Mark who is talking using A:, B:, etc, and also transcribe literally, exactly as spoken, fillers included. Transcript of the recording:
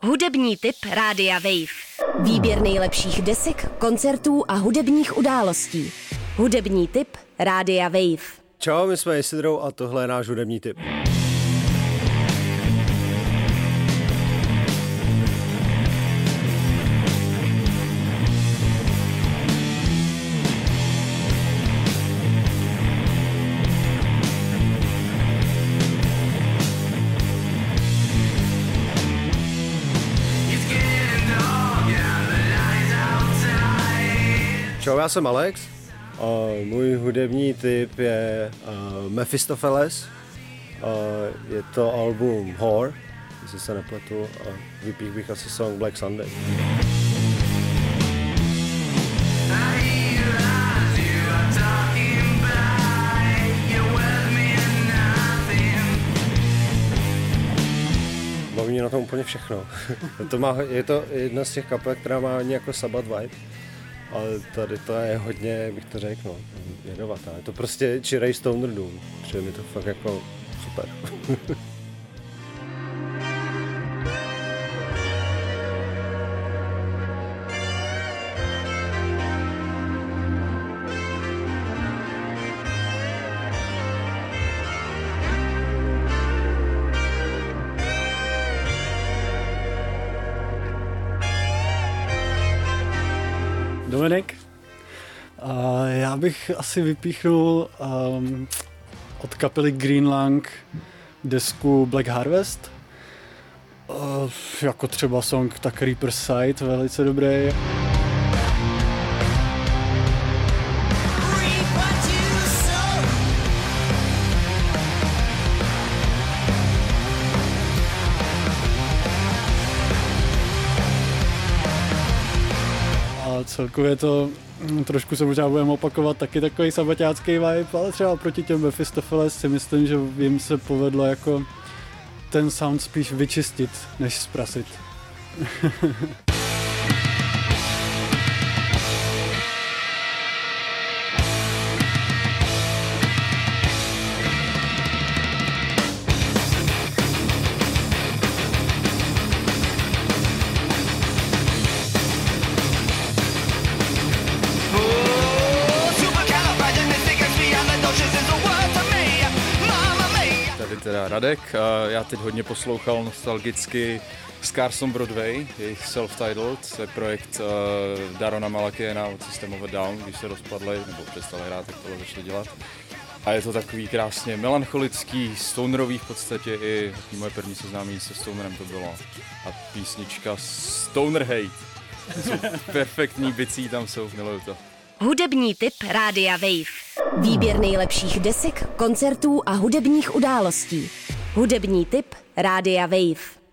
A: Hudební tip Rádia Wave. Výběr nejlepších desek, koncertů a hudebních událostí. Hudební tip Rádia Wave.
B: Čau, my jsme Isidrou a tohle je náš hudební tip. Čau, já jsem Alex a můj hudební tip je uh, Mephistopheles. Uh, je to album Whore, jestli se nepletu, a vypích bych asi song Black Sunday. Baví mě na tom úplně všechno. to má, je to jedna z těch kapel, která má jako Sabbath vibe. Ale tady to je hodně, bych to řekl, no, jedovatá. Je to prostě čirej stoner doom, protože mi to fakt jako super.
C: Dominik, a já bych asi vypíchnul um, od kapely Greenlang desku Black Harvest, uh, jako třeba song tak Reaper's Side, velice dobrý. Celkově to trošku se možná budeme opakovat, taky takový sabaťácký vibe, ale třeba proti těm Mephistopheles si myslím, že jim se povedlo jako ten sound spíš vyčistit, než zprasit.
D: Teda Radek, já teď hodně poslouchal nostalgicky Scars on Broadway, jejich self-titled, to je projekt Darona Malakiena od System of a Down, když se rozpadli, nebo přestali hrát, tak tohle začali dělat. A je to takový krásně melancholický, stonerový v podstatě, i moje první seznámení se stonerem to bylo. A písnička Stoner Hate, perfektní bicí tam jsou, miluju to.
A: Hudební tip Rádia Wave. Výběr nejlepších desek, koncertů a hudebních událostí. Hudební tip Rádia Wave.